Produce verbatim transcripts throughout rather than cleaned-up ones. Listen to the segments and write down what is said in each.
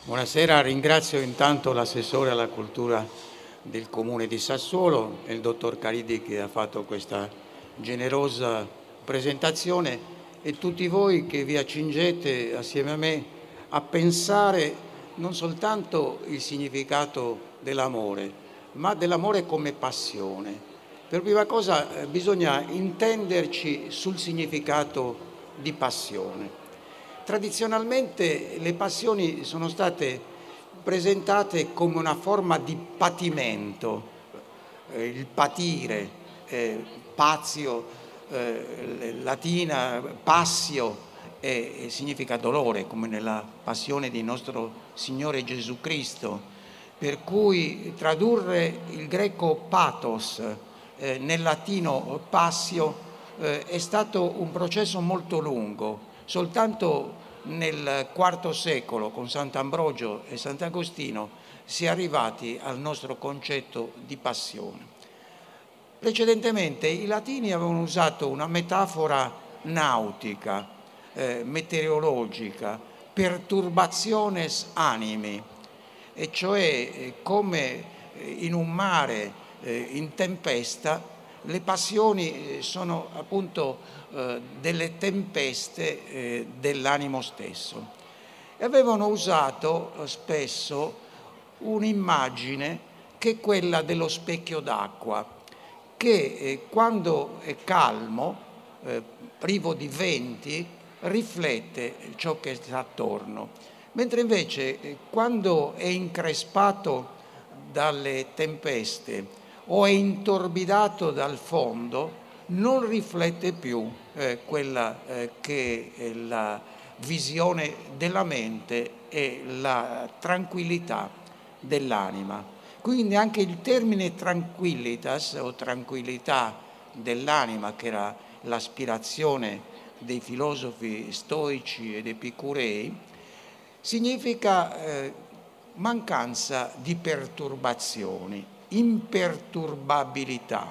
Buonasera, ringrazio intanto l'assessore alla cultura del Comune di Sassuolo e il dottor Caridi che ha fatto questa generosa presentazione e tutti voi che vi accingete assieme a me a pensare non soltanto il significato dell'amore, ma dell'amore come passione. Per prima cosa eh, bisogna intenderci sul significato di passione. Tradizionalmente le passioni sono state presentate come una forma di patimento, eh, il patire, eh, pazio, eh, latina, passio, eh, significa dolore, come nella passione di nostro Signore Gesù Cristo, per cui tradurre il greco pathos eh, nel latino passio eh, è stato un processo molto lungo. Soltanto nel quarto secolo, con Sant'Ambrogio e Sant'Agostino, si è arrivati al nostro concetto di passione. Precedentemente i latini avevano usato una metafora nautica, eh, meteorologica, perturbationes animi, e cioè eh, come in un mare eh, in tempesta le passioni sono appunto eh, delle tempeste eh, dell'animo stesso. E avevano usato eh, spesso un'immagine che è quella dello specchio d'acqua, che eh, quando è calmo, eh, privo di venti, riflette ciò che sta attorno, mentre invece eh, quando è increspato dalle tempeste o è intorbidato dal fondo, non riflette più eh, quella eh, che è la visione della mente e la tranquillità dell'anima. Quindi anche il termine tranquillitas o tranquillità dell'anima, che era l'aspirazione dei filosofi stoici ed epicurei, significa eh, mancanza di perturbazioni, imperturbabilità.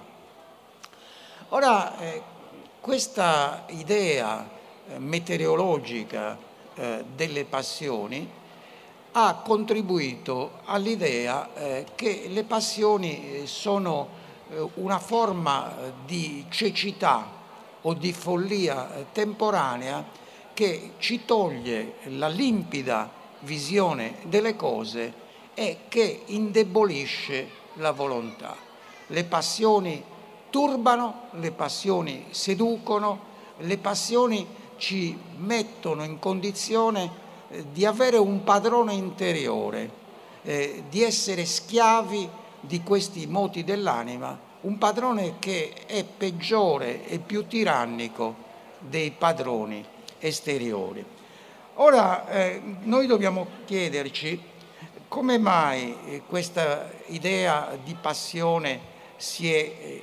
Ora, eh, questa idea eh, meteorologica eh, delle passioni ha contribuito all'idea eh, che le passioni sono eh, una forma di cecità o di follia eh, temporanea che ci toglie la limpida visione delle cose e che indebolisce la volontà. Le passioni turbano, le passioni seducono, le passioni ci mettono in condizione eh, di avere un padrone interiore, eh, di essere schiavi di questi moti dell'anima, un padrone che è peggiore e più tirannico dei padroni esteriori. Ora, eh, noi dobbiamo chiederci come mai questa idea di passione si è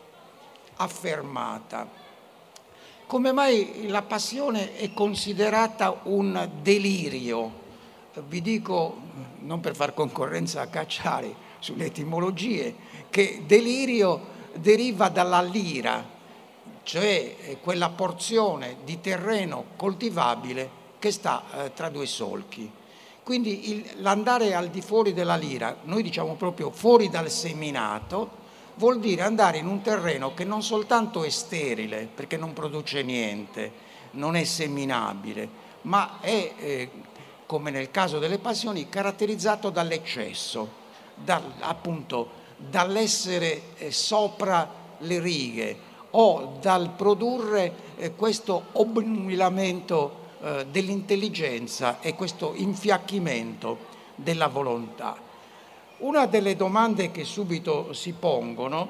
affermata? Come mai la passione è considerata un delirio? Vi dico, non per far concorrenza a Cacciari sulle etimologie, che delirio deriva dalla lira, cioè quella porzione di terreno coltivabile che sta eh, tra due solchi. Quindi il, l'andare al di fuori della lira, noi diciamo proprio fuori dal seminato, vuol dire andare in un terreno che non soltanto è sterile, perché non produce niente, non è seminabile, ma è, eh, come nel caso delle passioni, caratterizzato dall'eccesso, dal, appunto dall'essere eh, sopra le righe o dal produrre eh, questo obnubilamento dell'intelligenza e questo infiacchimento della volontà. Una delle domande che subito si pongono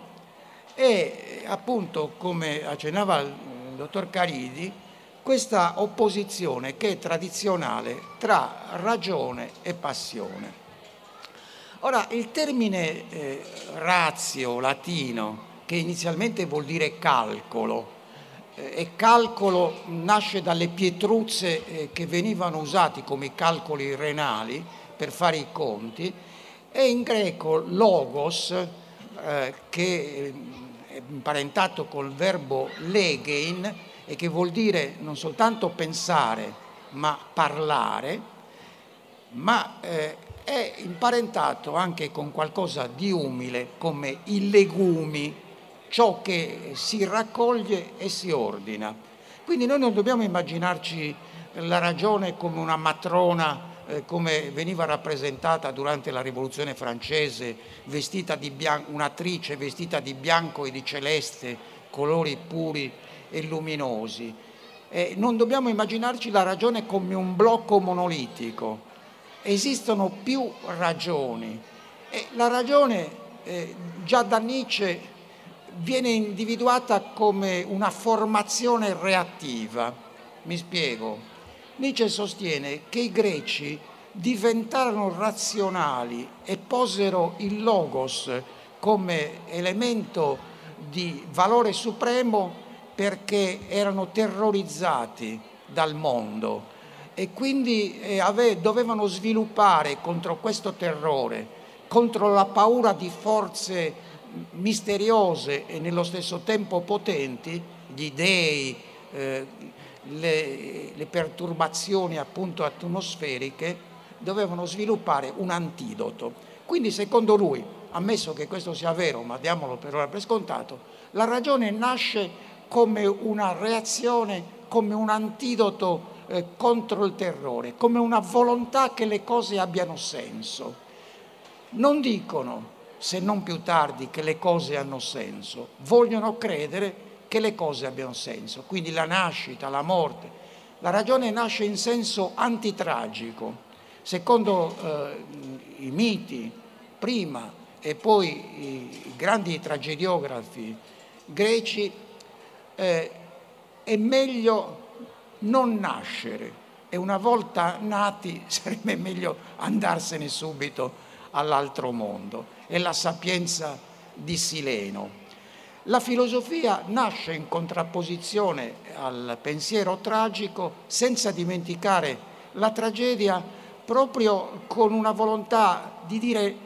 è appunto, come accennava il dottor Caridi, questa opposizione che è tradizionale tra ragione e passione. Ora, il termine eh, ratio latino, che inizialmente vuol dire calcolo, e calcolo nasce dalle pietruzze eh, che venivano usati come i calcoli renali per fare i conti, e in greco logos, eh, che è imparentato col verbo legein e che vuol dire non soltanto pensare ma parlare, ma eh, è imparentato anche con qualcosa di umile come i legumi, ciò che si raccoglie e si ordina. Quindi noi non dobbiamo immaginarci la ragione come una matrona, eh, come veniva rappresentata durante la Rivoluzione francese, vestita di bianco, un'attrice vestita di bianco e di celeste, colori puri e luminosi. Eh, non dobbiamo immaginarci la ragione come un blocco monolitico. Esistono più ragioni e la ragione eh, già da Nietzsche viene individuata come una formazione reattiva. Mi spiego. Nietzsche sostiene che i greci diventarono razionali e posero il logos come elemento di valore supremo perché erano terrorizzati dal mondo e quindi eh, ave- dovevano sviluppare contro questo terrore, contro la paura di forze misteriose e nello stesso tempo potenti, gli dei, eh, le, le perturbazioni appunto atmosferiche, dovevano sviluppare un antidoto. Quindi secondo lui, ammesso che questo sia vero, ma diamolo per ora per scontato, la ragione nasce come una reazione, come un antidoto eh, contro il terrore, come una volontà che le cose abbiano senso. Non dicono, se non più tardi, che le cose hanno senso, vogliono credere che le cose abbiano senso. Quindi la nascita, la morte, la ragione nasce in senso antitragico. Secondo eh, i miti, prima e poi i grandi tragediografi greci, eh, è meglio non nascere e una volta nati sarebbe meglio andarsene subito all'altro mondo. È la sapienza di Sileno. La filosofia nasce in contrapposizione al pensiero tragico senza dimenticare la tragedia, proprio con una volontà di dire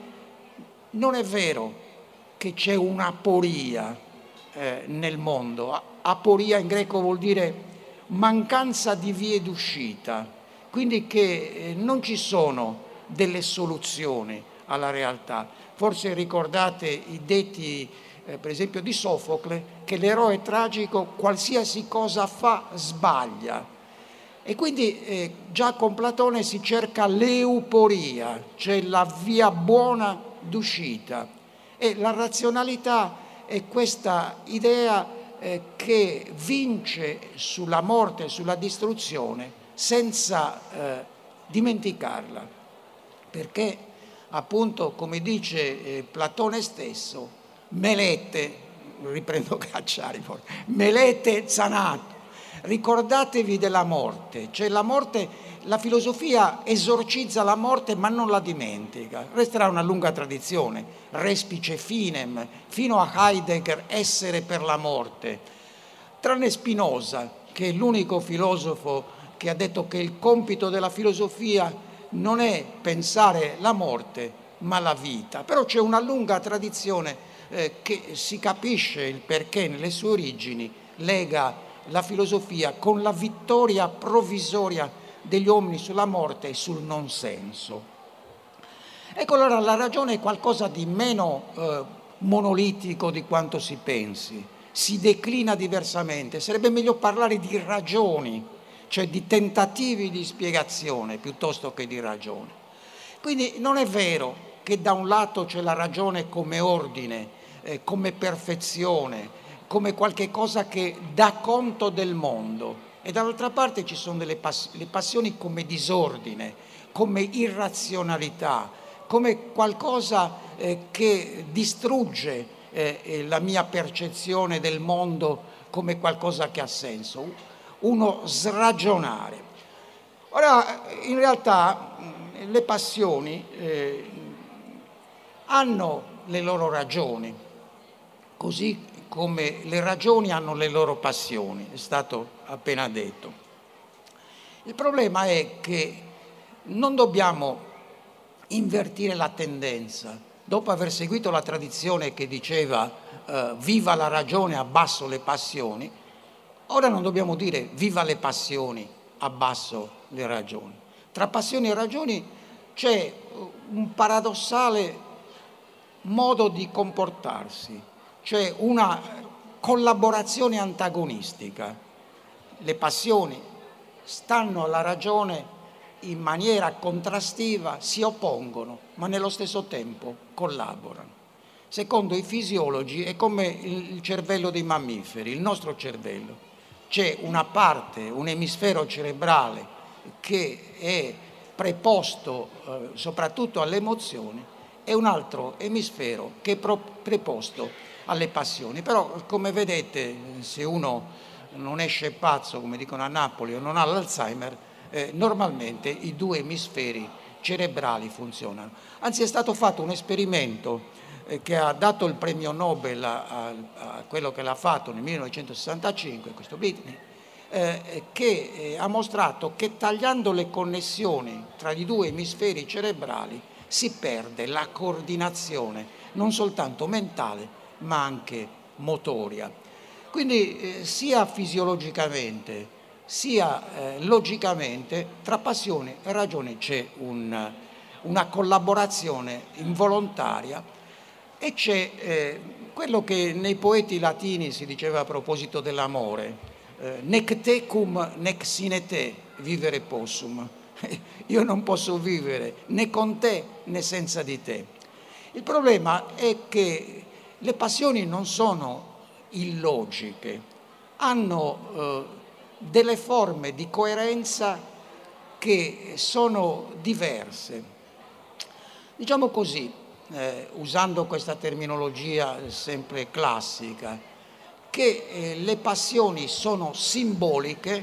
non è vero che c'è un'aporia eh, nel mondo. Aporia in greco vuol dire mancanza di vie d'uscita, quindi che eh, non ci sono delle soluzioni alla realtà. Forse ricordate i detti, eh, per esempio, di Sofocle, che l'eroe tragico qualsiasi cosa fa sbaglia. E quindi eh, già con Platone si cerca l'euporia, cioè la via buona d'uscita. E la razionalità è questa idea eh, che vince sulla morte, sulla distruzione, senza eh, dimenticarla. Perché, appunto, come dice eh, Platone stesso, melete, riprendo Cacciari, melete zanato, ricordatevi della morte, cioè la morte, la filosofia esorcizza la morte ma non la dimentica, resterà una lunga tradizione, respice finem, fino a Heidegger, essere per la morte, tranne Spinoza, che è l'unico filosofo che ha detto che il compito della filosofia non è pensare la morte ma la vita, però c'è una lunga tradizione eh, che si capisce il perché nelle sue origini lega la filosofia con la vittoria provvisoria degli uomini sulla morte e sul non senso. Ecco, allora la ragione è qualcosa di meno eh, monolitico di quanto si pensi, si declina diversamente, sarebbe meglio parlare di ragioni, cioè di tentativi di spiegazione piuttosto che di ragione. Quindi non è vero che da un lato c'è la ragione come ordine, eh, come perfezione, come qualche cosa che dà conto del mondo, e dall'altra parte ci sono delle pass- le passioni come disordine, come irrazionalità, come qualcosa eh, che distrugge eh, la mia percezione del mondo come qualcosa che ha senso, uno sragionare. Ora, in realtà le passioni eh, hanno le loro ragioni, così come le ragioni hanno le loro passioni, è stato appena detto. Il problema è che non dobbiamo invertire la tendenza. Dopo aver seguito la tradizione che diceva eh, viva la ragione, abbasso le passioni, ora non dobbiamo dire viva le passioni, abbasso le ragioni. Tra passioni e ragioni c'è un paradossale modo di comportarsi, cioè una collaborazione antagonistica. Le passioni stanno alla ragione in maniera contrastiva, si oppongono, ma nello stesso tempo collaborano. Secondo i fisiologi è come il cervello dei mammiferi, il nostro cervello. C'è una parte, un emisfero cerebrale che è preposto eh, soprattutto alle emozioni e un altro emisfero che è pro- preposto alle passioni. Però, come vedete, se uno non esce pazzo, come dicono a Napoli, o non ha l'Alzheimer, eh, normalmente i due emisferi cerebrali funzionano. Anzi, è stato fatto un esperimento eh, che ha dato il premio Nobel a, a, a quello che l'ha fatto nel millenovecentosessantacinque, questo Whitney, eh, che eh, ha mostrato che tagliando le connessioni tra i due emisferi cerebrali si perde la coordinazione non soltanto mentale ma anche motoria. Quindi eh, sia fisiologicamente sia eh, logicamente tra passione e ragione c'è un, una collaborazione involontaria e c'è eh, quello che nei poeti latini si diceva a proposito dell'amore, eh, nec tecum nec sine te vivere possum. Io non posso vivere né con te né senza di te. Il problema è che le passioni non sono illogiche, hanno eh, delle forme di coerenza che sono diverse. Diciamo così, eh, usando questa terminologia sempre classica, che eh, le passioni sono simboliche,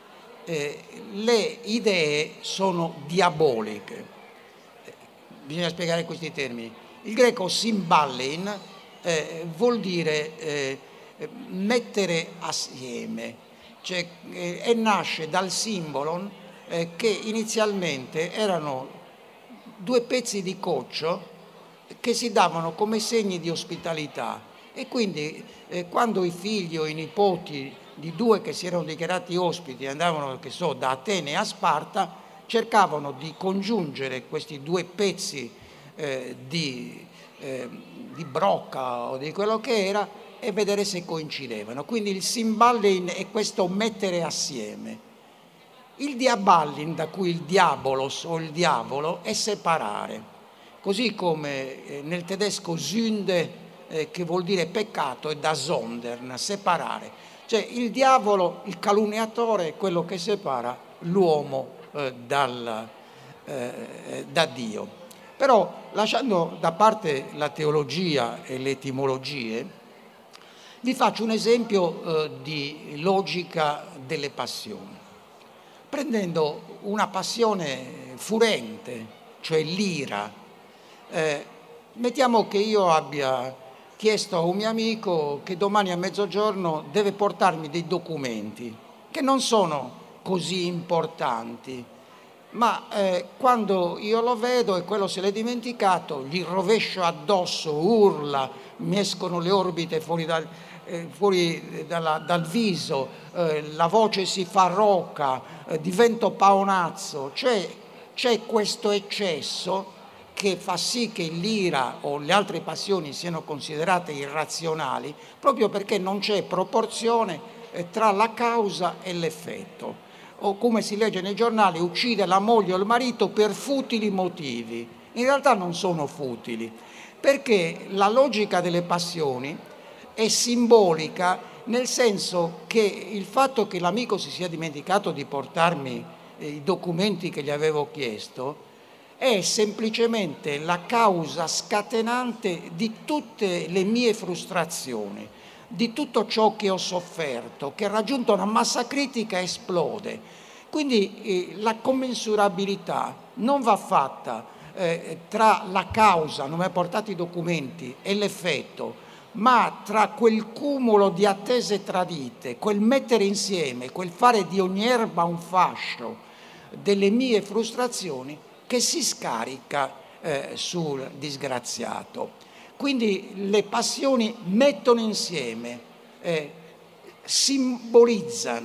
eh, le idee sono diaboliche. Eh, bisogna spiegare questi termini. Il greco symballein eh, vuol dire eh, mettere assieme, cioè, eh, e nasce dal simbolon eh, che inizialmente erano due pezzi di coccio che si davano come segni di ospitalità e quindi eh, quando i figli o i nipoti di due che si erano dichiarati ospiti andavano, che so, da Atene a Sparta, cercavano di congiungere questi due pezzi eh, di, eh, di brocca o di quello che era e vedere se coincidevano. Quindi il symballein è questo mettere assieme. Il diaballin, da cui il diabolos o il diavolo, è separare. Così come eh, nel tedesco Sünde, eh, che vuol dire peccato, è da sondern, separare. Cioè il diavolo, il calunniatore, è quello che separa l'uomo eh, dal, eh, da Dio. Però, lasciando da parte la teologia e le etimologie, vi faccio un esempio eh, di logica delle passioni. Prendendo una passione furente, cioè l'ira, eh, mettiamo che io abbia chiesto a un mio amico che domani a mezzogiorno deve portarmi dei documenti che non sono così importanti, ma eh, quando io lo vedo e quello se l'è dimenticato, gli rovescio addosso, urla, mi escono le orbite fuori dal, eh, fuori dalla, dal viso, eh, la voce si fa rocca, eh, divento paonazzo, cioè c'è questo eccesso che fa sì che l'ira o le altre passioni siano considerate irrazionali proprio perché non c'è proporzione eh, tra la causa e l'effetto. O come si legge nei giornali, uccide la moglie o il marito per futili motivi. In realtà non sono futili, perché la logica delle passioni è simbolica nel senso che il fatto che l'amico si sia dimenticato di portarmi eh, i documenti che gli avevo chiesto è semplicemente la causa scatenante di tutte le mie frustrazioni, di tutto ciò che ho sofferto, che raggiunto una massa critica esplode. Quindi eh, la commensurabilità non va fatta eh, tra la causa, non mi ha portato i documenti, e l'effetto, ma tra quel cumulo di attese tradite, quel mettere insieme, quel fare di ogni erba un fascio delle mie frustrazioni che si scarica eh, sul disgraziato. Quindi le passioni mettono insieme, eh, simbolizzano,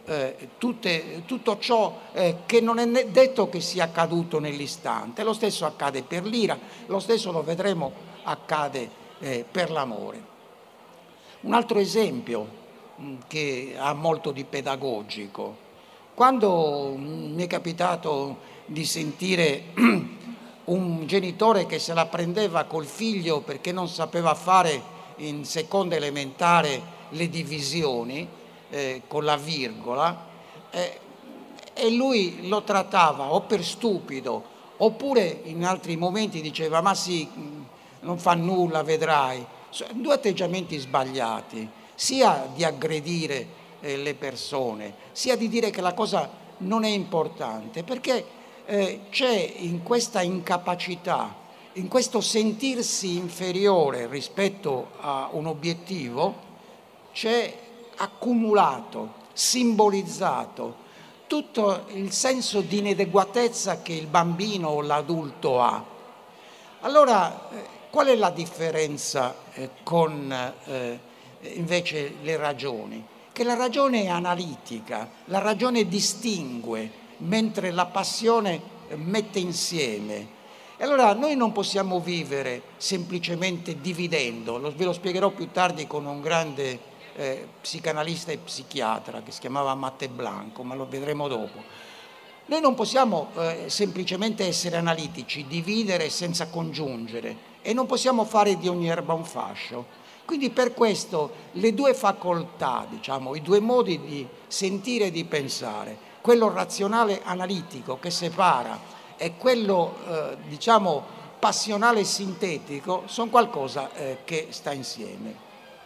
eh, tutte, tutto ciò eh, che non è detto che sia accaduto nell'istante. Lo stesso accade per l'ira, lo stesso lo vedremo accade eh, per l'amore. Un altro esempio mh, che ha molto di pedagogico: quando mi è capitato di sentire un genitore che se la prendeva col figlio perché non sapeva fare in seconda elementare le divisioni eh, con la virgola, eh, e lui lo trattava o per stupido oppure in altri momenti diceva ma sì, non fa nulla, vedrai. Due atteggiamenti sbagliati, sia di aggredire eh, le persone, sia di dire che la cosa non è importante, perché eh, c'è in questa incapacità, in questo sentirsi inferiore rispetto a un obiettivo, c'è accumulato, simbolizzato tutto il senso di inadeguatezza che il bambino o l'adulto ha. Allora, eh, qual è la differenza eh, con eh, invece le ragioni? Che la ragione è analitica, la ragione distingue, mentre la passione mette insieme. E allora noi non possiamo vivere semplicemente dividendo, lo, ve lo spiegherò più tardi con un grande eh, psicanalista e psichiatra che si chiamava Matte Blanco, ma lo vedremo dopo. Noi non possiamo eh, semplicemente essere analitici, dividere senza congiungere, e non possiamo fare di ogni erba un fascio. Quindi per questo le due facoltà, diciamo, i due modi di sentire e di pensare, quello razionale analitico che separa e quello eh, diciamo passionale sintetico, sono qualcosa eh, che sta insieme.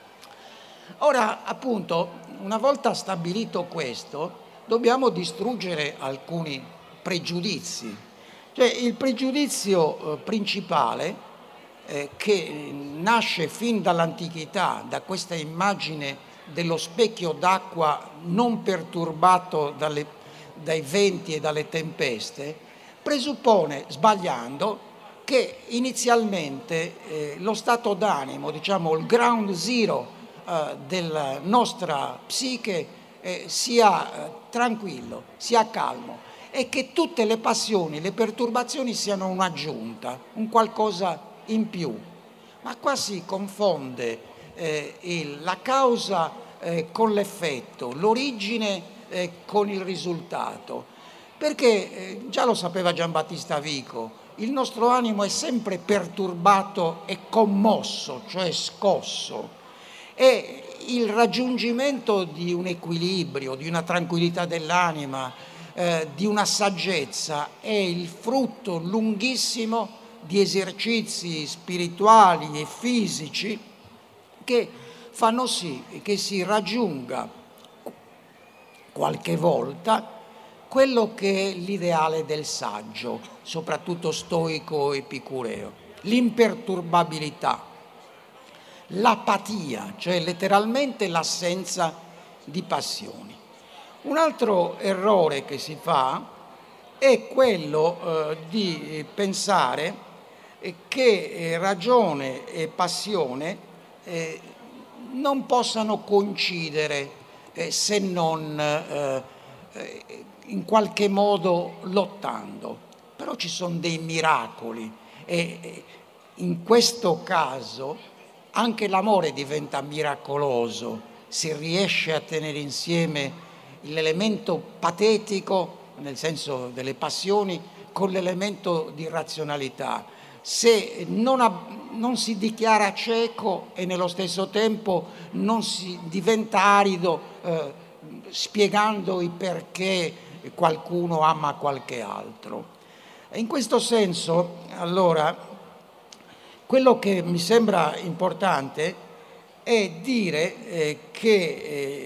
Ora, appunto, una volta stabilito questo, dobbiamo distruggere alcuni pregiudizi. Cioè, il pregiudizio eh, principale eh, che nasce fin dall'antichità, da questa immagine dello specchio d'acqua non perturbato dalle, dai venti e dalle tempeste, presuppone, sbagliando, che inizialmente eh, lo stato d'animo, diciamo il ground zero eh, della nostra psiche eh, sia eh, tranquillo, sia calmo, e che tutte le passioni, le perturbazioni siano un'aggiunta, un qualcosa in più. Ma qua si confonde eh, il, la causa eh, con l'effetto, l'origine eh, con il risultato. Perché eh, già lo sapeva Giambattista Vico, il nostro animo è sempre perturbato e commosso, cioè scosso, e il raggiungimento di un equilibrio, di una tranquillità dell'anima, eh, di una saggezza è il frutto lunghissimo di esercizi spirituali e fisici che fanno sì che si raggiunga qualche volta quello che è l'ideale del saggio, soprattutto stoico epicureo: l'imperturbabilità, l'apatia, cioè letteralmente l'assenza di passioni. Un altro errore che si fa è quello eh, di pensare eh, che eh, ragione e passione eh, non possano coincidere eh, se non eh, eh, in qualche modo lottando. Però ci sono dei miracoli e in questo caso anche l'amore diventa miracoloso se riesce a tenere insieme l'elemento patetico, nel senso delle passioni, con l'elemento di razionalità. Se non, ha, non si dichiara cieco e nello stesso tempo non si diventa arido eh, spiegando i perché qualcuno ama qualche altro. In questo senso, allora, quello che mi sembra importante è dire eh, che eh,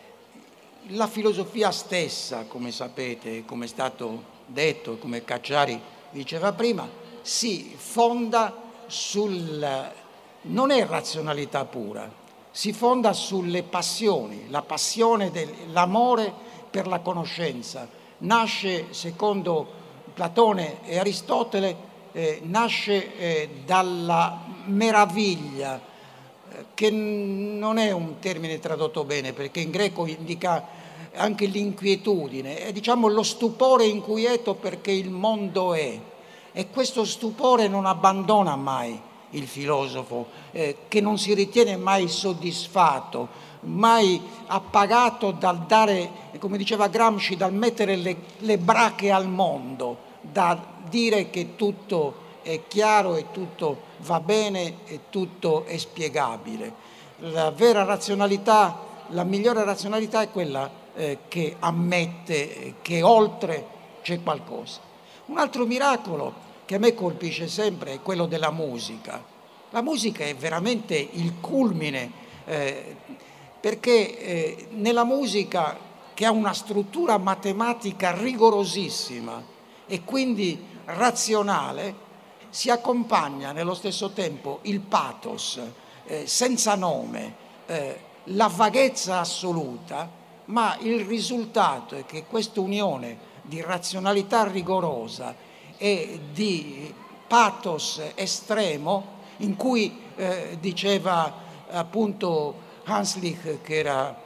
la filosofia stessa, come sapete, come è stato detto, come Cacciari diceva prima, si fonda sul, non è razionalità pura, si fonda sulle passioni, la passione dell'amore per la conoscenza. Nasce, secondo Platone e Aristotele, eh, nasce eh, dalla meraviglia, eh, che non è un termine tradotto bene, perché in greco indica anche l'inquietudine, è diciamo lo stupore inquieto perché il mondo è, e questo stupore non abbandona mai il filosofo, eh, che non si ritiene mai soddisfatto, mai appagato dal dare, come diceva Gramsci, dal mettere le, le brache al mondo, da dire che tutto è chiaro e tutto va bene e tutto è spiegabile. La vera razionalità, la migliore razionalità è quella eh, che ammette che oltre c'è qualcosa. Un altro miracolo che a me colpisce sempre è quello della musica. La musica è veramente il culmine, eh, perché eh, nella musica, che ha una struttura matematica rigorosissima e quindi razionale, si accompagna nello stesso tempo il pathos eh, senza nome, eh, la vaghezza assoluta, ma il risultato è che questa unione di razionalità rigorosa e di pathos estremo, in cui eh, diceva appunto Hanslick, che era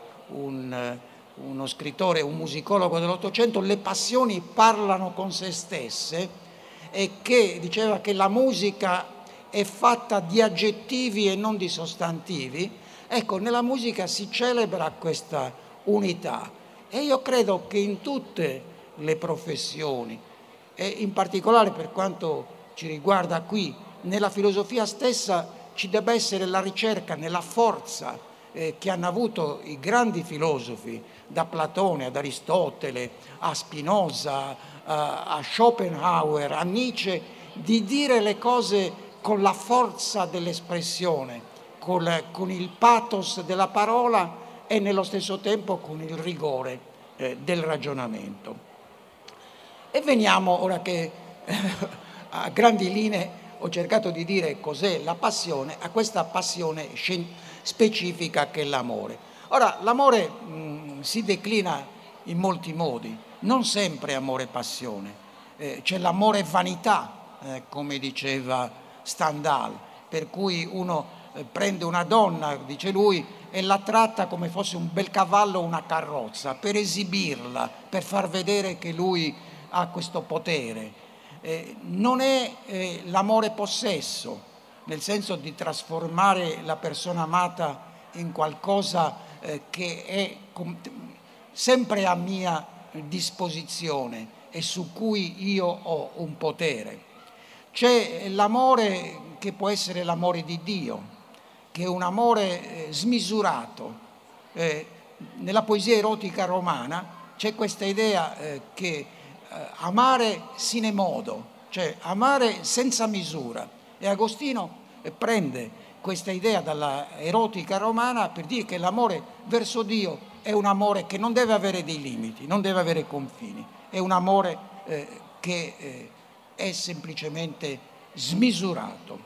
un, uno scrittore, un musicologo dell'Ottocento, le passioni parlano con se stesse, e che diceva che la musica è fatta di aggettivi e non di sostantivi. Ecco, nella musica si celebra questa unità, e io credo che in tutte le professioni, e in particolare per quanto ci riguarda qui, nella filosofia stessa, ci debba essere la ricerca nella forza eh, che hanno avuto i grandi filosofi, da Platone ad Aristotele, a Spinoza, a, a Schopenhauer, a Nietzsche, di dire le cose con la forza dell'espressione, con, con il pathos della parola e nello stesso tempo con il rigore eh, del ragionamento. E veniamo, ora che eh, a grandi linee ho cercato di dire cos'è la passione, a questa passione specifica che è l'amore. Ora, l'amore mh, si declina in molti modi, non sempre amore e passione. Eh, c'è l'amore vanità, eh, come diceva Stendhal, per cui uno eh, prende una donna, dice lui, e la tratta come fosse un bel cavallo o una carrozza, per esibirla, per far vedere che lui ha questo potere. Eh, non è eh, l'amore possesso, nel senso di trasformare la persona amata in qualcosa eh, che è com- sempre a mia disposizione e su cui io ho un potere. C'è l'amore che può essere l'amore di Dio, che è un amore eh, smisurato. Eh, nella poesia erotica romana c'è questa idea eh, che amare sine modo, cioè amare senza misura, e Agostino prende questa idea dalla erotica romana per dire che l'amore verso Dio è un amore che non deve avere dei limiti, non deve avere confini, è un amore eh, che eh, è semplicemente smisurato.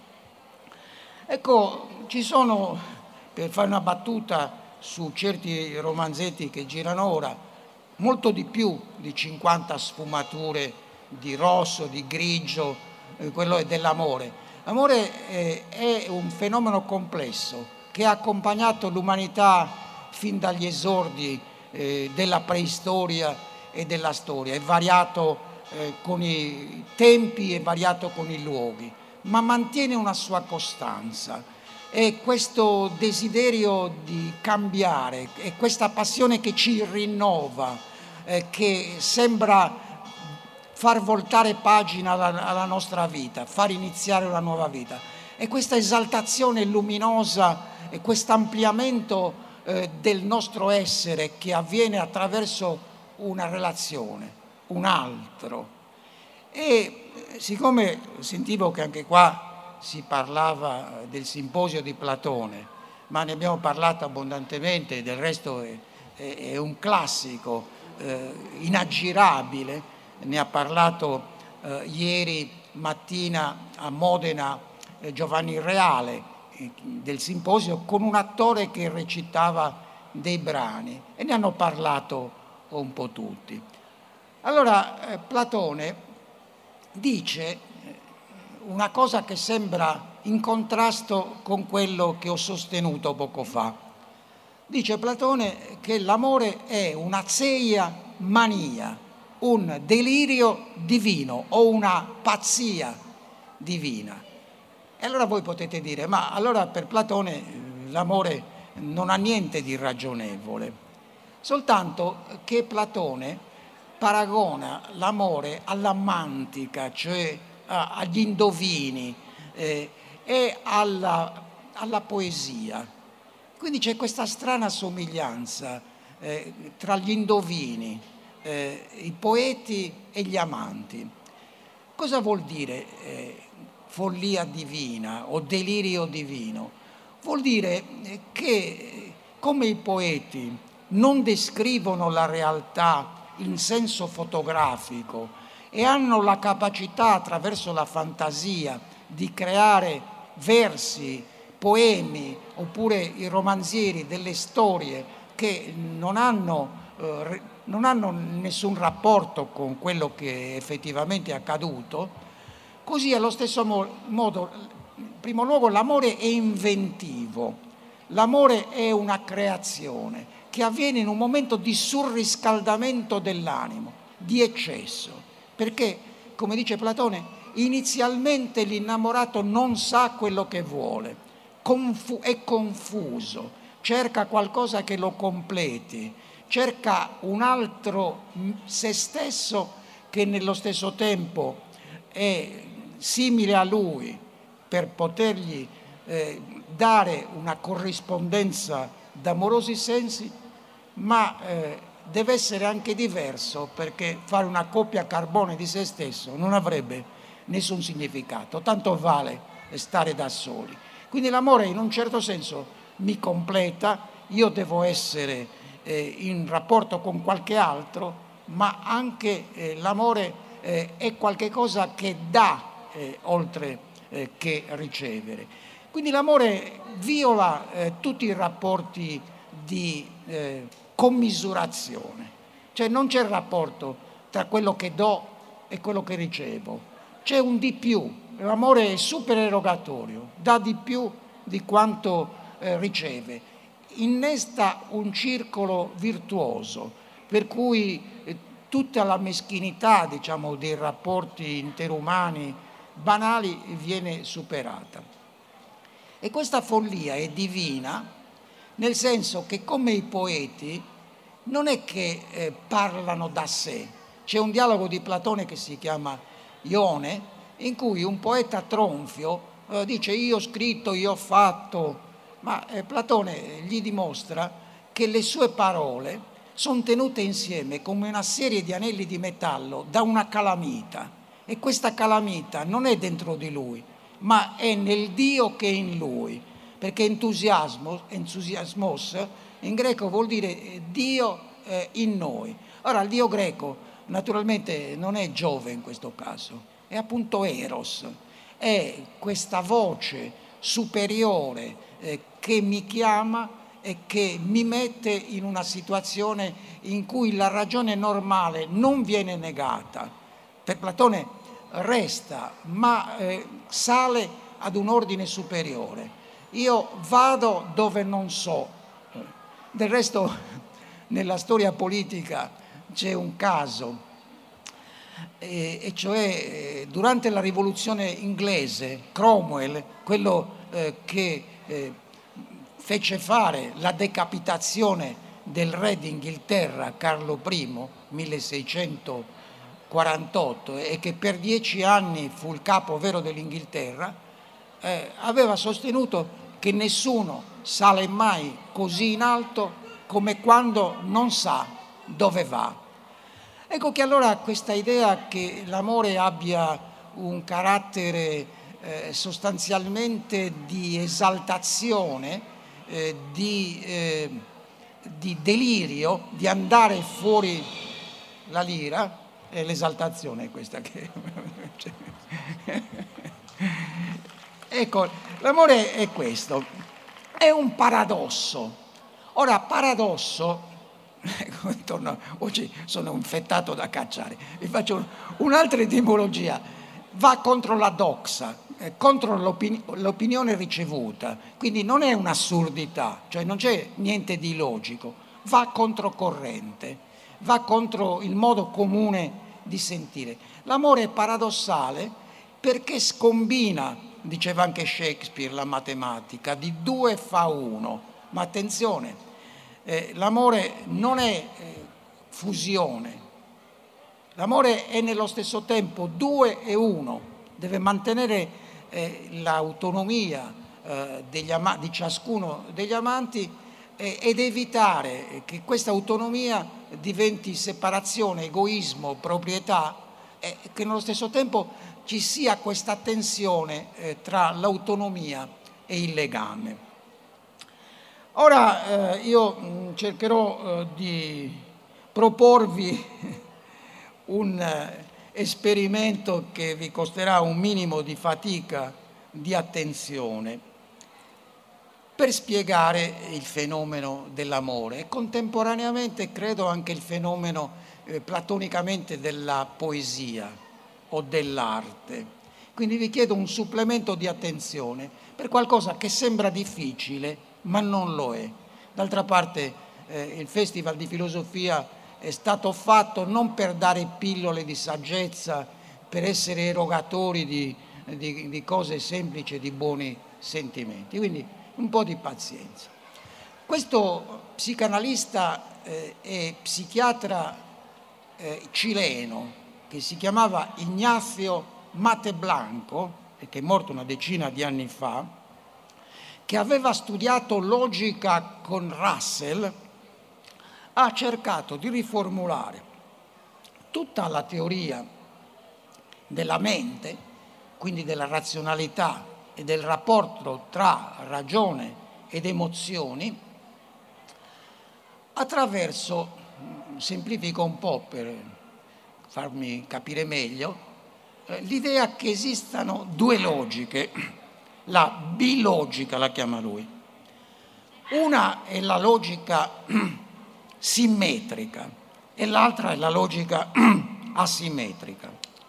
Ecco, ci sono, per fare una battuta su certi romanzetti che girano ora, molto di più di cinquanta sfumature di rosso, di grigio, eh, quello è dell'amore. L'amore eh, è un fenomeno complesso che ha accompagnato l'umanità fin dagli esordi eh, della preistoria e della storia, è variato eh, con i tempi, è variato con i luoghi, ma mantiene una sua costanza. E questo desiderio di cambiare, e questa passione che ci rinnova, eh, che sembra far voltare pagina alla, alla nostra vita, far iniziare una nuova vita. E questa esaltazione luminosa e questo ampliamento eh, del nostro essere che avviene attraverso una relazione, un altro. E siccome sentivo che anche qua si parlava del simposio di Platone, ma ne abbiamo parlato abbondantemente, del resto è, è, è un classico eh, inaggirabile, ne ha parlato eh, ieri mattina a Modena eh, Giovanni Reale eh, del simposio, con un attore che recitava dei brani, e ne hanno parlato un po' tutti. Allora eh, Platone dice una cosa che sembra in contrasto con quello che ho sostenuto poco fa. Dice Platone che l'amore è una zeia mania, un delirio divino o una pazzia divina. E allora voi potete dire, ma allora per Platone l'amore non ha niente di ragionevole, soltanto che Platone paragona l'amore alla mantica, cioè a, agli indovini eh, e alla, alla poesia. Quindi c'è questa strana somiglianza eh, tra gli indovini, eh, i poeti e gli amanti. Cosa vuol dire eh, follia divina o delirio divino? Vuol dire eh, che come i poeti non descrivono la realtà in senso fotografico e hanno la capacità attraverso la fantasia di creare versi, poemi oppure i romanzieri, delle storie che non hanno, eh, non hanno nessun rapporto con quello che effettivamente è accaduto, così allo stesso modo, in primo luogo, l'amore è inventivo, l'amore è una creazione che avviene in un momento di surriscaldamento dell'animo, di eccesso, perché, come dice Platone, inizialmente l'innamorato non sa quello che vuole, Confu- è confuso, cerca qualcosa che lo completi, cerca un altro se stesso che nello stesso tempo è simile a lui per potergli eh, dare una corrispondenza d'amorosi sensi, ma eh, deve essere anche diverso, perché fare una coppia carbone di se stesso non avrebbe nessun significato, tanto vale stare da soli. Quindi l'amore in un certo senso mi completa, io devo essere eh, in rapporto con qualche altro, ma anche eh, l'amore eh, è qualche cosa che dà eh, oltre eh, che ricevere. Quindi l'amore viola eh, tutti i rapporti di eh, commisurazione, cioè non c'è il rapporto tra quello che do e quello che ricevo, c'è un di più. L'amore è supererogatorio, dà di più di quanto eh, riceve, innesta un circolo virtuoso per cui eh, tutta la meschinità, diciamo, dei rapporti interumani banali viene superata. E questa follia è divina nel senso che, come i poeti, non è che eh, parlano da sé. C'è un dialogo di Platone che si chiama Ione, in cui un poeta tronfio eh, dice io ho scritto, io ho fatto, ma eh, Platone gli dimostra che le sue parole sono tenute insieme come una serie di anelli di metallo da una calamita, e questa calamita non è dentro di lui, ma è nel Dio che è in lui, perché entusiasmo, entusiasmos in greco vuol dire Dio eh, in noi. Ora il Dio greco naturalmente non è Giove in questo caso, è appunto Eros, è questa voce superiore eh, che mi chiama e che mi mette in una situazione in cui la ragione normale non viene negata. Per Platone resta, ma eh, sale ad un ordine superiore. Io vado dove non so. Del resto, nella storia politica c'è un caso, e, e cioè eh, durante la rivoluzione inglese, Cromwell, quello eh, che eh, fece fare la decapitazione del re d'Inghilterra Carlo I, milleseicentoquarantotto, e che per dieci anni fu il capo vero dell'Inghilterra, eh, aveva sostenuto che nessuno sale mai così in alto come quando non sa dove va. Ecco che allora questa idea che l'amore abbia un carattere eh, sostanzialmente di esaltazione, eh, di, eh, di delirio, di andare fuori la lira, è l'esaltazione questa che... Ecco, l'amore è questo, è un paradosso. Ora, paradosso, torno, oggi sono infettato da cacciare, vi faccio un'altra etimologia, va contro la doxa, eh, contro l'opin- l'opinione ricevuta, quindi non è un'assurdità, cioè non c'è niente di illogico, va controcorrente, va contro il modo comune di sentire. L'amore è paradossale perché scombina, diceva anche Shakespeare, la matematica, di due fa uno, ma attenzione, eh, l'amore non è eh, fusione, l'amore è nello stesso tempo due e uno, deve mantenere eh, l'autonomia eh, degli ama- di ciascuno degli amanti eh, ed evitare che questa autonomia diventi separazione, egoismo, proprietà, e che nello stesso tempo ci sia questa tensione eh, tra l'autonomia e il legame. Ora eh, io mh, cercherò eh, di proporvi un eh, esperimento che vi costerà un minimo di fatica, di attenzione, per spiegare il fenomeno dell'amore e contemporaneamente credo anche il fenomeno eh, platonicamente della poesia o dell'arte. Quindi vi chiedo un supplemento di attenzione per qualcosa che sembra difficile, ma non lo è. D'altra parte eh, il Festival di Filosofia è stato fatto non per dare pillole di saggezza, per essere erogatori di, di, di cose semplici e di buoni sentimenti. Quindi un po' di pazienza. Questo psicanalista eh, e psichiatra eh, cileno, che si chiamava Ignacio Mate Blanco, e che è morto una decina di anni fa, che aveva studiato logica con Russell, ha cercato di riformulare tutta la teoria della mente, quindi della razionalità e del rapporto tra ragione ed emozioni, attraverso, semplifico un po' per farmi capire meglio, l'idea che esistano due logiche, la bilogica la chiama lui. Una è la logica simmetrica e l'altra è la logica asimmetrica.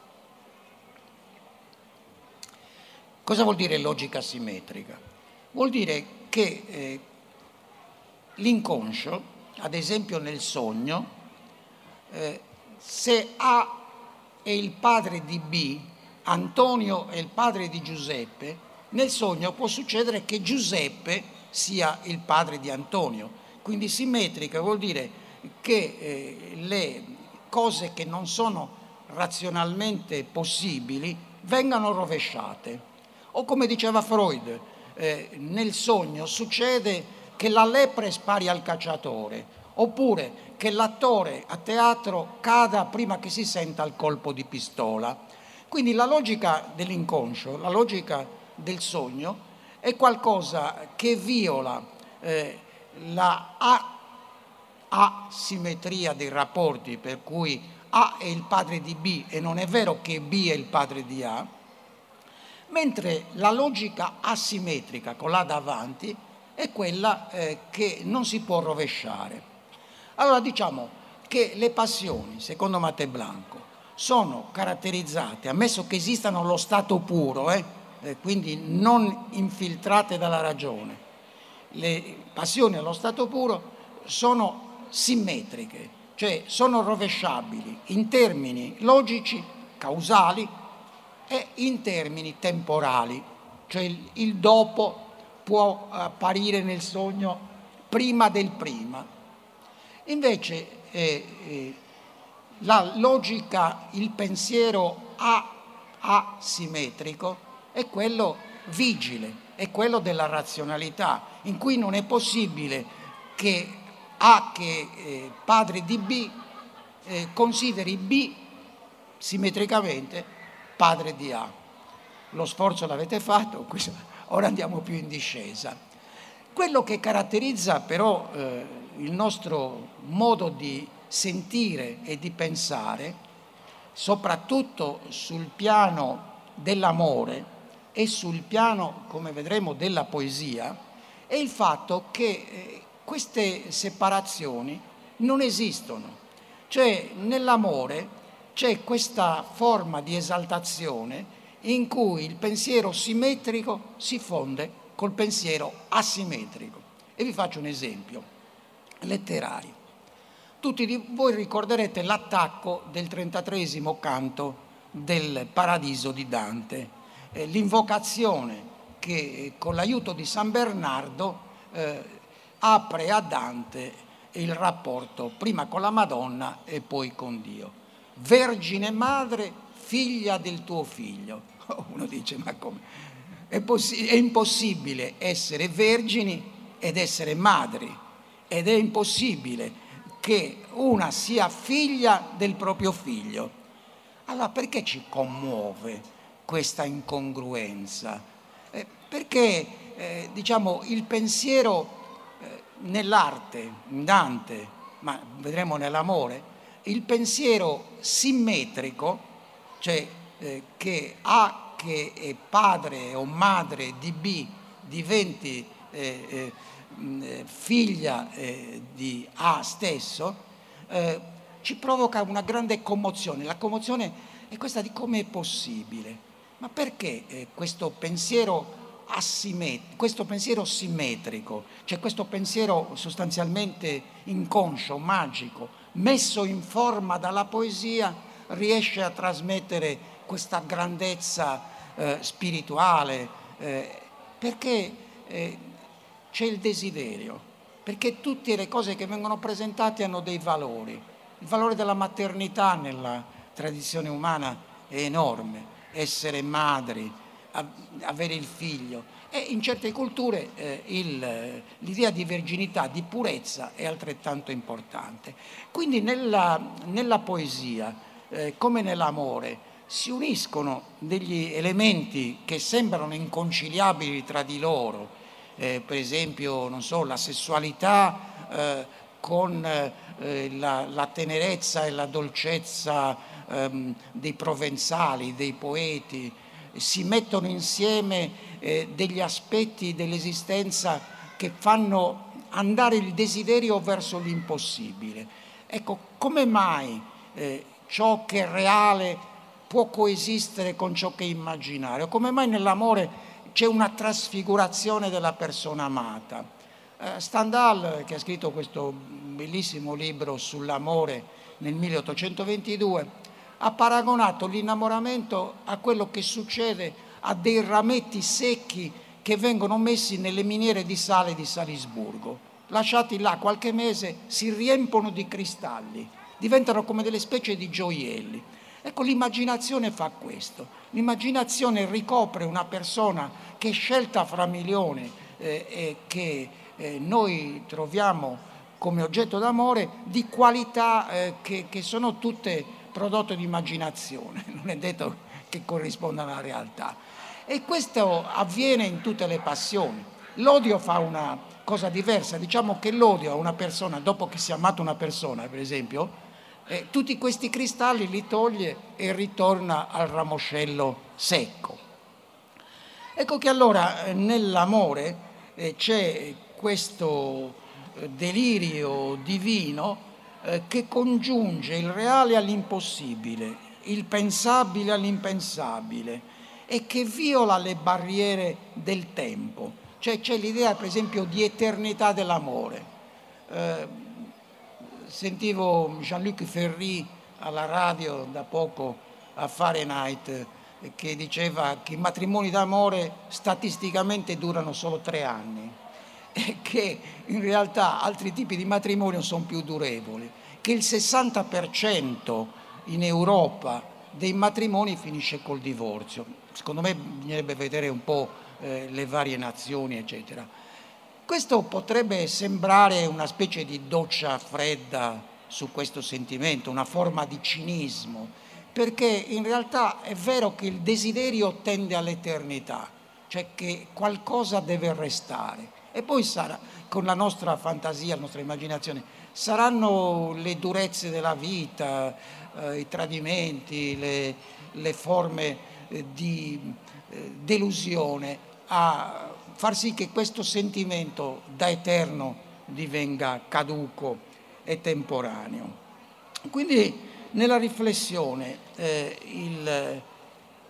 Cosa vuol dire logica simmetrica? Vuol dire che eh, l'inconscio, ad esempio nel sogno, eh, se A è il padre di B, Antonio è il padre di Giuseppe, nel sogno può succedere che Giuseppe sia il padre di Antonio. Quindi simmetrica vuol dire che eh, le cose che non sono razionalmente possibili vengano rovesciate. O come diceva Freud, eh, nel sogno succede che la lepre spari al cacciatore, oppure che l'attore a teatro cada prima che si senta il colpo di pistola. Quindi la logica dell'inconscio, la logica del sogno, è qualcosa che viola eh, la a- asimmetria dei rapporti, per cui A è il padre di B e non è vero che B è il padre di A, mentre la logica asimmetrica con l'A davanti è quella eh, che non si può rovesciare. Allora diciamo che le passioni, secondo Mate Blanco, sono caratterizzate, ammesso che esistano lo stato puro, eh, eh, quindi non infiltrate dalla ragione, le passioni allo stato puro sono simmetriche, cioè sono rovesciabili in termini logici, causali e in termini temporali, cioè il, il dopo può apparire nel sogno prima del prima. Invece eh, eh, la logica, il pensiero a- asimmetrico è quello vigile, è quello della razionalità, in cui non è possibile che A, che è padre di B, eh, consideri B simmetricamente padre di A. Lo sforzo l'avete fatto, ora andiamo più in discesa. Quello che caratterizza però eh, il nostro modo di sentire e di pensare, soprattutto sul piano dell'amore e sul piano, come vedremo, della poesia, è il fatto che eh, queste separazioni non esistono. Cioè nell'amore c'è questa forma di esaltazione in cui il pensiero simmetrico si fonde col pensiero asimmetrico. E vi faccio un esempio letterario. Tutti di voi ricorderete l'attacco del trentatreesimo canto del Paradiso di Dante, eh, l'invocazione che con l'aiuto di San Bernardo eh, apre a Dante il rapporto prima con la Madonna e poi con Dio. Vergine madre, figlia del tuo figlio. Uno dice, ma come? È, poss- è impossibile essere vergini ed essere madri, ed è impossibile che una sia figlia del proprio figlio. Allora perché ci commuove questa incongruenza? Eh, perché eh, diciamo il pensiero eh, nell'arte, in Dante, ma vedremo nell'amore, il pensiero simmetrico, cioè eh, che A che è padre o madre di B diventi eh, eh, mh, figlia eh, di A stesso, eh, ci provoca una grande commozione. La commozione è questa di come è possibile. Ma perché eh, questo pensiero asimmetrico, questo pensiero simmetrico, cioè questo pensiero sostanzialmente inconscio, magico, messo in forma dalla poesia, riesce a trasmettere questa grandezza eh, spirituale, eh, perché eh, c'è il desiderio, perché tutte le cose che vengono presentate hanno dei valori. Il valore della maternità nella tradizione umana è enorme, essere madri, avere il figlio, e in certe culture eh, il, l'idea di verginità, di purezza è altrettanto importante. Quindi nella, nella poesia, eh, come nell'amore, si uniscono degli elementi che sembrano inconciliabili tra di loro, eh, per esempio, non so, la sessualità eh, con eh, la, la tenerezza e la dolcezza ehm, dei provenzali, dei poeti, si mettono insieme eh, degli aspetti dell'esistenza che fanno andare il desiderio verso l'impossibile. Ecco, come mai eh, ciò che è reale può coesistere con ciò che è immaginario? Come mai nell'amore c'è una trasfigurazione della persona amata? Eh, Stendhal, che ha scritto questo bellissimo libro sull'amore nel milleottocentoventidue, ha paragonato l'innamoramento a quello che succede a dei rametti secchi che vengono messi nelle miniere di sale di Salisburgo. Lasciati là qualche mese si riempono di cristalli, diventano come delle specie di gioielli. Ecco, l'immaginazione fa questo. L'immaginazione ricopre una persona che è scelta fra milioni eh, e che eh, noi troviamo come oggetto d'amore di qualità eh, che, che sono tutte prodotto di immaginazione, non è detto che corrisponda alla realtà. E questo avviene in tutte le passioni. L'odio fa una cosa diversa, diciamo che l'odio a una persona, dopo che si è amato una persona, per esempio, eh, tutti questi cristalli li toglie e ritorna al ramoscello secco. Ecco che allora eh, nell'amore eh, c'è questo eh, delirio divino che congiunge il reale all'impossibile, il pensabile all'impensabile e che viola le barriere del tempo. Cioè c'è l'idea, per esempio, di eternità dell'amore. Eh, sentivo Jean-Luc Ferry alla radio da poco a Fahrenheit che diceva che i matrimoni d'amore statisticamente durano solo tre anni. E che in realtà altri tipi di matrimonio sono più durevoli, che il sessanta per cento in Europa dei matrimoni finisce col divorzio. Secondo me bisognerebbe vedere un po' eh, le varie nazioni, eccetera. Questo potrebbe sembrare una specie di doccia fredda su questo sentimento, una forma di cinismo, perché in realtà è vero che il desiderio tende all'eternità, cioè che qualcosa deve restare. E poi sarà, con la nostra fantasia, la nostra immaginazione, saranno le durezze della vita, eh, i tradimenti, le, le forme eh, di eh, delusione a far sì che questo sentimento da eterno divenga caduco e temporaneo. Quindi nella riflessione eh, il,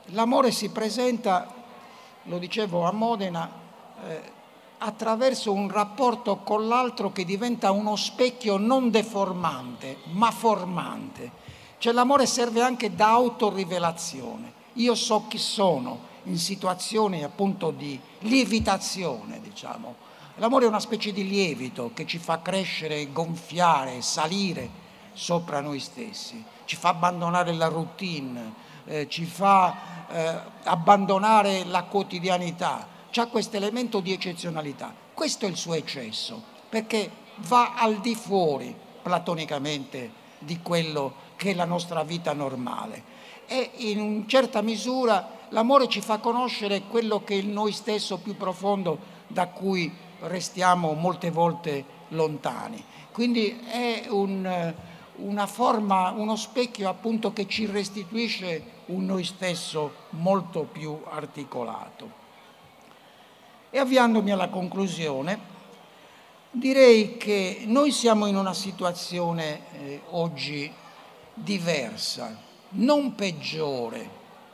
l'amore si presenta, lo dicevo a Modena, eh, attraverso un rapporto con l'altro che diventa uno specchio non deformante, ma formante. Cioè l'amore serve anche da autorivelazione. Io so chi sono in situazioni appunto di lievitazione, diciamo. L'amore è una specie di lievito che ci fa crescere, gonfiare, salire sopra noi stessi, ci fa abbandonare la routine, eh, ci fa eh, abbandonare la quotidianità, c'ha questo elemento di eccezionalità. Questo è il suo eccesso, perché va al di fuori, platonicamente, di quello che è la nostra vita normale. E in una certa misura l'amore ci fa conoscere quello che è il noi stesso più profondo, da cui restiamo molte volte lontani. Quindi è un, una forma, uno specchio appunto che ci restituisce un noi stesso molto più articolato. E avviandomi alla conclusione, direi che noi siamo in una situazione eh, oggi diversa, non peggiore,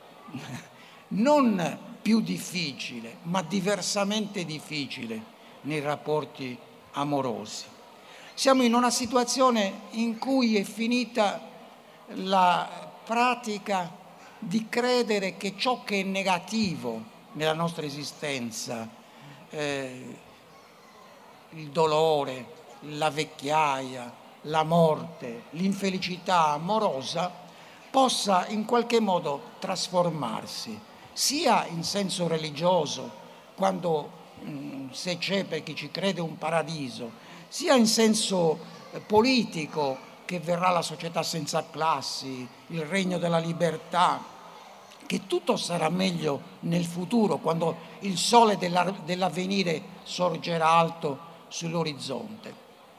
non più difficile, ma diversamente difficile nei rapporti amorosi. Siamo in una situazione in cui è finita la pratica di credere che ciò che è negativo nella nostra esistenza, eh, il dolore, la vecchiaia, la morte, l'infelicità amorosa, possa in qualche modo trasformarsi, sia in senso religioso, quando mh, se c'è per chi ci crede un paradiso, sia in senso eh, politico, che verrà la società senza classi, il regno della libertà, che tutto sarà meglio nel futuro, quando il sole della, dell'avvenire sorgerà alto sull'orizzonte.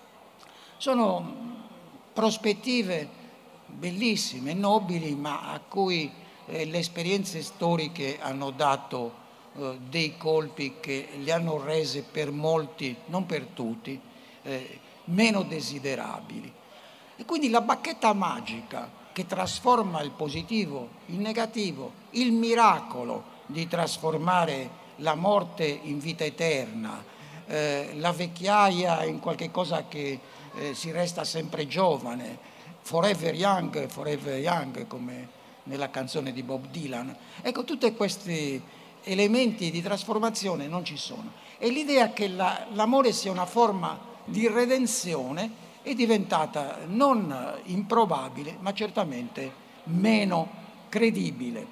Sono prospettive bellissime, nobili, ma a cui eh, le esperienze storiche hanno dato eh, dei colpi che li hanno rese per molti, non per tutti, eh, meno desiderabili. E quindi la bacchetta magica che trasforma il positivo in negativo, il miracolo di trasformare la morte in vita eterna, eh, la vecchiaia in qualche cosa che eh, si resta sempre giovane, forever young, forever young, come nella canzone di Bob Dylan. Ecco, tutti questi elementi di trasformazione non ci sono. E l'idea che la, l'amore sia una forma di redenzione è diventata non improbabile, ma certamente meno credibile.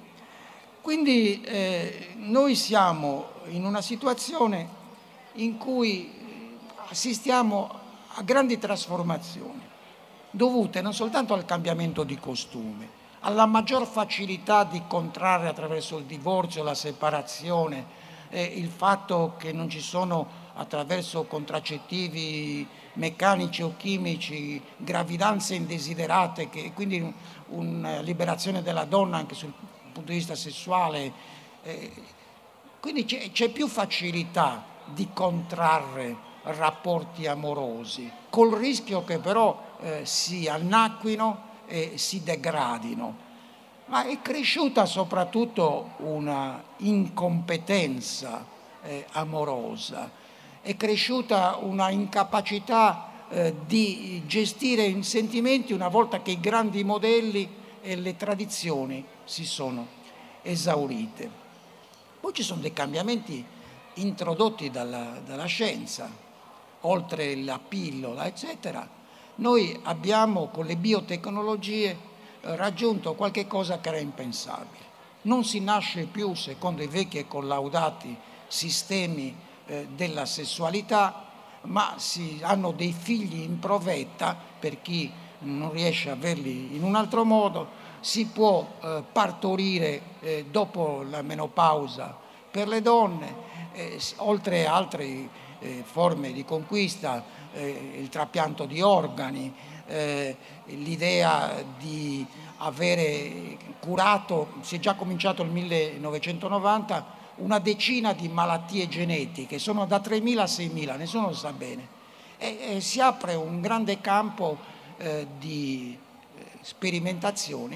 Quindi eh, noi siamo in una situazione in cui assistiamo a grandi trasformazioni, dovute non soltanto al cambiamento di costume, alla maggior facilità di contrarre attraverso il divorzio, la separazione, eh, il fatto che non ci sono attraverso contraccettivi meccanici o chimici gravidanze indesiderate, che quindi una liberazione della donna anche sul punto di vista sessuale. Eh, quindi c'è, c'è più facilità di contrarre rapporti amorosi, col rischio che però eh, si annacquino e si degradino. Ma è cresciuta soprattutto una incompetenza eh, amorosa, è cresciuta una incapacità eh, di gestire i sentimenti una volta che i grandi modelli e le tradizioni si sono esaurite. Poi ci sono dei cambiamenti introdotti dalla, dalla scienza, oltre la pillola, eccetera. Noi abbiamo con le biotecnologie eh, raggiunto qualche cosa che era impensabile. Non si nasce più secondo i vecchi e collaudati sistemi eh, della sessualità, ma si hanno dei figli in provetta, per chi non riesce a averli in un altro modo, si può eh, partorire eh, dopo la menopausa per le donne, eh, oltre a altre eh, forme di conquista, eh, il trapianto di organi, eh, l'idea di avere curato, si è già cominciato nel millenovecentonovanta, una decina di malattie genetiche, sono da tremila a seimila, nessuno lo sa bene, e, e si apre un grande campo eh, di sperimentazioni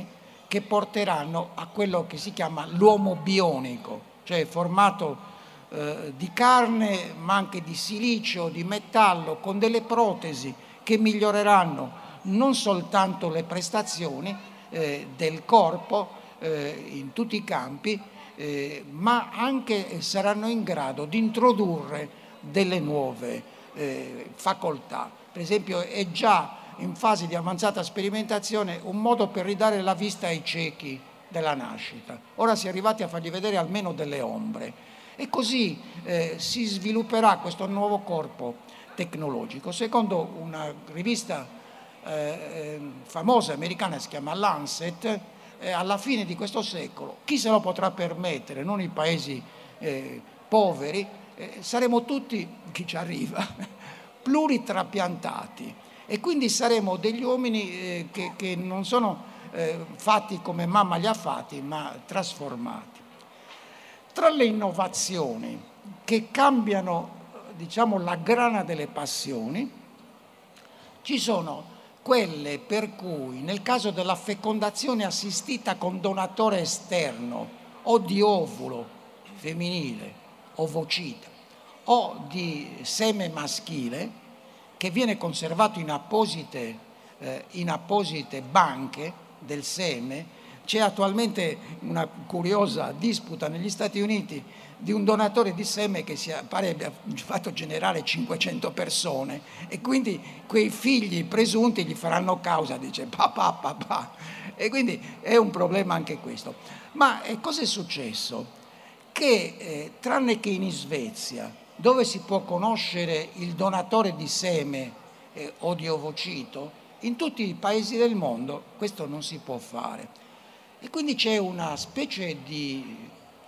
che porteranno a quello che si chiama l'uomo bionico, cioè formato eh, di carne ma anche di silicio, di metallo, con delle protesi che miglioreranno non soltanto le prestazioni eh, del corpo eh, in tutti i campi, eh, ma anche saranno in grado di introdurre delle nuove eh, facoltà. Per esempio è già in fase di avanzata sperimentazione un modo per ridare la vista ai ciechi della nascita. Ora si è arrivati a fargli vedere almeno delle ombre e così eh, si svilupperà questo nuovo corpo tecnologico. Secondo una rivista eh, famosa americana, si chiama Lancet, eh, alla fine di questo secolo, chi se lo potrà permettere, non i paesi eh, poveri, eh, saremo tutti, chi ci arriva, pluritrapiantati. E quindi saremo degli uomini eh, che, che non sono eh, fatti come mamma li ha fatti, ma trasformati. Tra le innovazioni che cambiano, diciamo, la grana delle passioni, ci sono quelle per cui nel caso della fecondazione assistita con donatore esterno o di ovulo femminile, ovocita, o di seme maschile, che viene conservato in apposite, eh, in apposite banche del seme. C'è attualmente una curiosa disputa negli Stati Uniti di un donatore di seme che si pare abbia fatto generare cinquecento persone e quindi quei figli presunti gli faranno causa, dice papà, papà. E quindi è un problema anche questo. Ma eh, cosa è successo? Che eh, tranne che in Svezia, dove si può conoscere il donatore di seme eh, o di ovocito, in tutti i paesi del mondo questo non si può fare. E quindi c'è una specie di,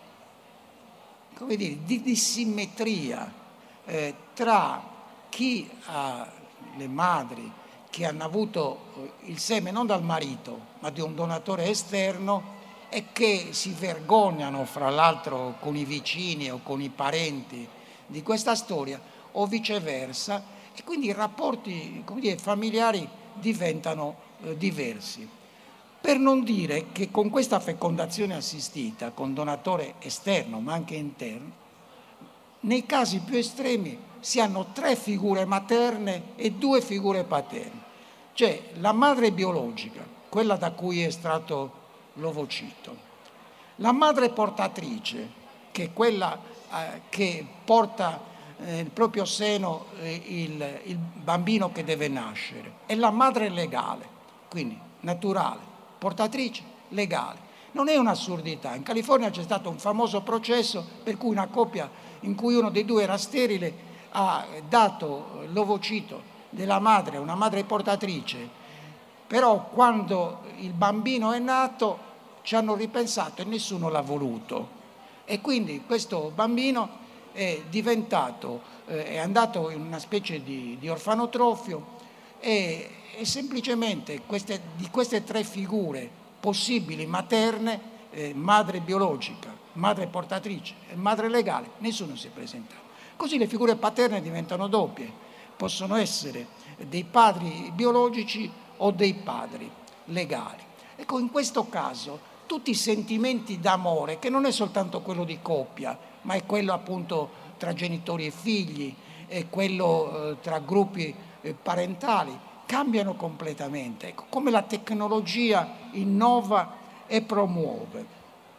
come dire, di dissimmetria eh, tra chi ha le madri che hanno avuto il seme non dal marito, ma di un donatore esterno e che si vergognano, fra l'altro, con i vicini o con i parenti di questa storia, o viceversa, e quindi i rapporti, come dire, familiari diventano eh, diversi. Per non dire che con questa fecondazione assistita, con donatore esterno ma anche interno, nei casi più estremi si hanno tre figure materne e due figure paterne. Cioè la madre biologica, quella da cui è estratto l'ovocito, la madre portatrice, che è quella eh, che porta eh, nel proprio seno eh, il, il bambino che deve nascere, e la madre legale, quindi naturale, portatrice, legale. Non è un'assurdità. In California c'è stato un famoso processo per cui una coppia in cui uno dei due era sterile ha dato l'ovocito della madre, una madre portatrice, però quando il bambino è nato ci hanno ripensato e nessuno l'ha voluto. E quindi questo bambino è diventato, eh, è andato in una specie di, di orfanotrofio e, e semplicemente queste, di queste tre figure possibili materne, eh, madre biologica, madre portatrice e madre legale, nessuno si è presentato. Così le figure paterne diventano doppie, possono essere dei padri biologici o dei padri legali. Ecco, in questo caso tutti i sentimenti d'amore, che non è soltanto quello di coppia, ma è quello appunto tra genitori e figli, è quello eh, tra gruppi eh, parentali, cambiano completamente. Ecco, come la tecnologia innova e promuove.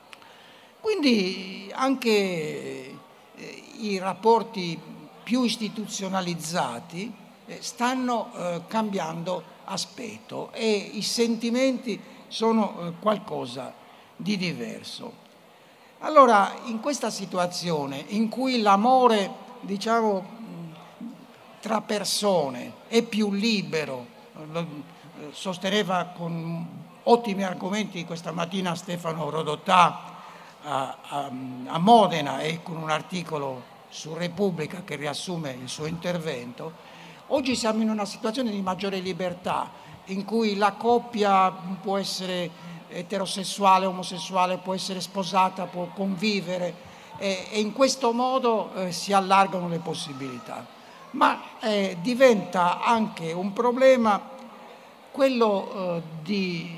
Quindi anche eh, i rapporti più istituzionalizzati eh, stanno eh, cambiando aspetto e i sentimenti sono eh, qualcosa di diverso. Allora, in questa situazione in cui l'amore, diciamo, tra persone è più libero, lo sosteneva con ottimi argomenti questa mattina Stefano Rodotà a, a, a Modena e con un articolo su Repubblica che riassume il suo intervento, oggi siamo in una situazione di maggiore libertà in cui la coppia può essere eterosessuale, omosessuale, può essere sposata, può convivere e, e in questo modo eh, si allargano le possibilità. Ma eh, diventa anche un problema quello eh, di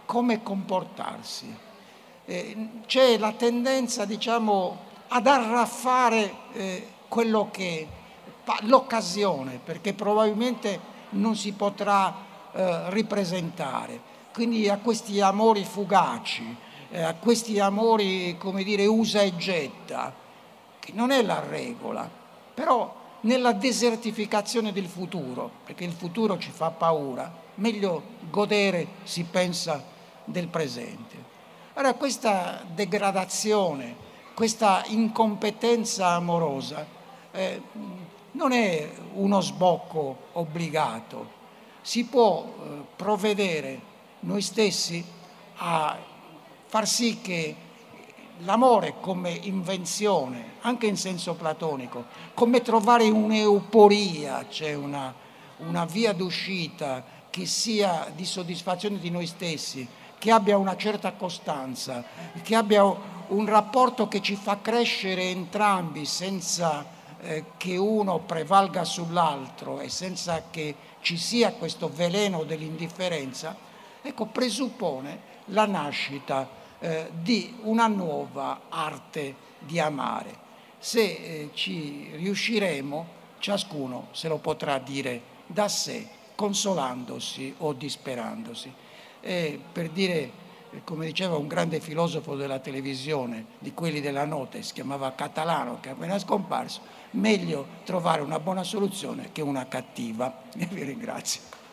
come comportarsi. Eh, c'è la tendenza, diciamo, ad arraffare eh, quello che l'occasione, perché probabilmente non si potrà eh, ripresentare. Quindi a questi amori fugaci, eh, a questi amori, come dire, usa e getta, che non è la regola, però nella desertificazione del futuro, perché il futuro ci fa paura, meglio godere, si pensa, del presente. Allora questa degradazione, questa incompetenza amorosa eh, non è uno sbocco obbligato, si può eh, provvedere noi stessi a far sì che l'amore come invenzione, anche in senso platonico, come trovare un'euporia, cioè una, una via d'uscita che sia di soddisfazione di noi stessi, che abbia una certa costanza, che abbia un rapporto che ci fa crescere entrambi senza eh, che uno prevalga sull'altro e senza che ci sia questo veleno dell'indifferenza, ecco, presuppone la nascita eh, di una nuova arte di amare. Se eh, ci riusciremo, ciascuno se lo potrà dire da sé, consolandosi o disperandosi. E per dire, come diceva un grande filosofo della televisione, di quelli della notte, si chiamava Catalano, che è appena scomparso, meglio trovare una buona soluzione che una cattiva. E vi ringrazio.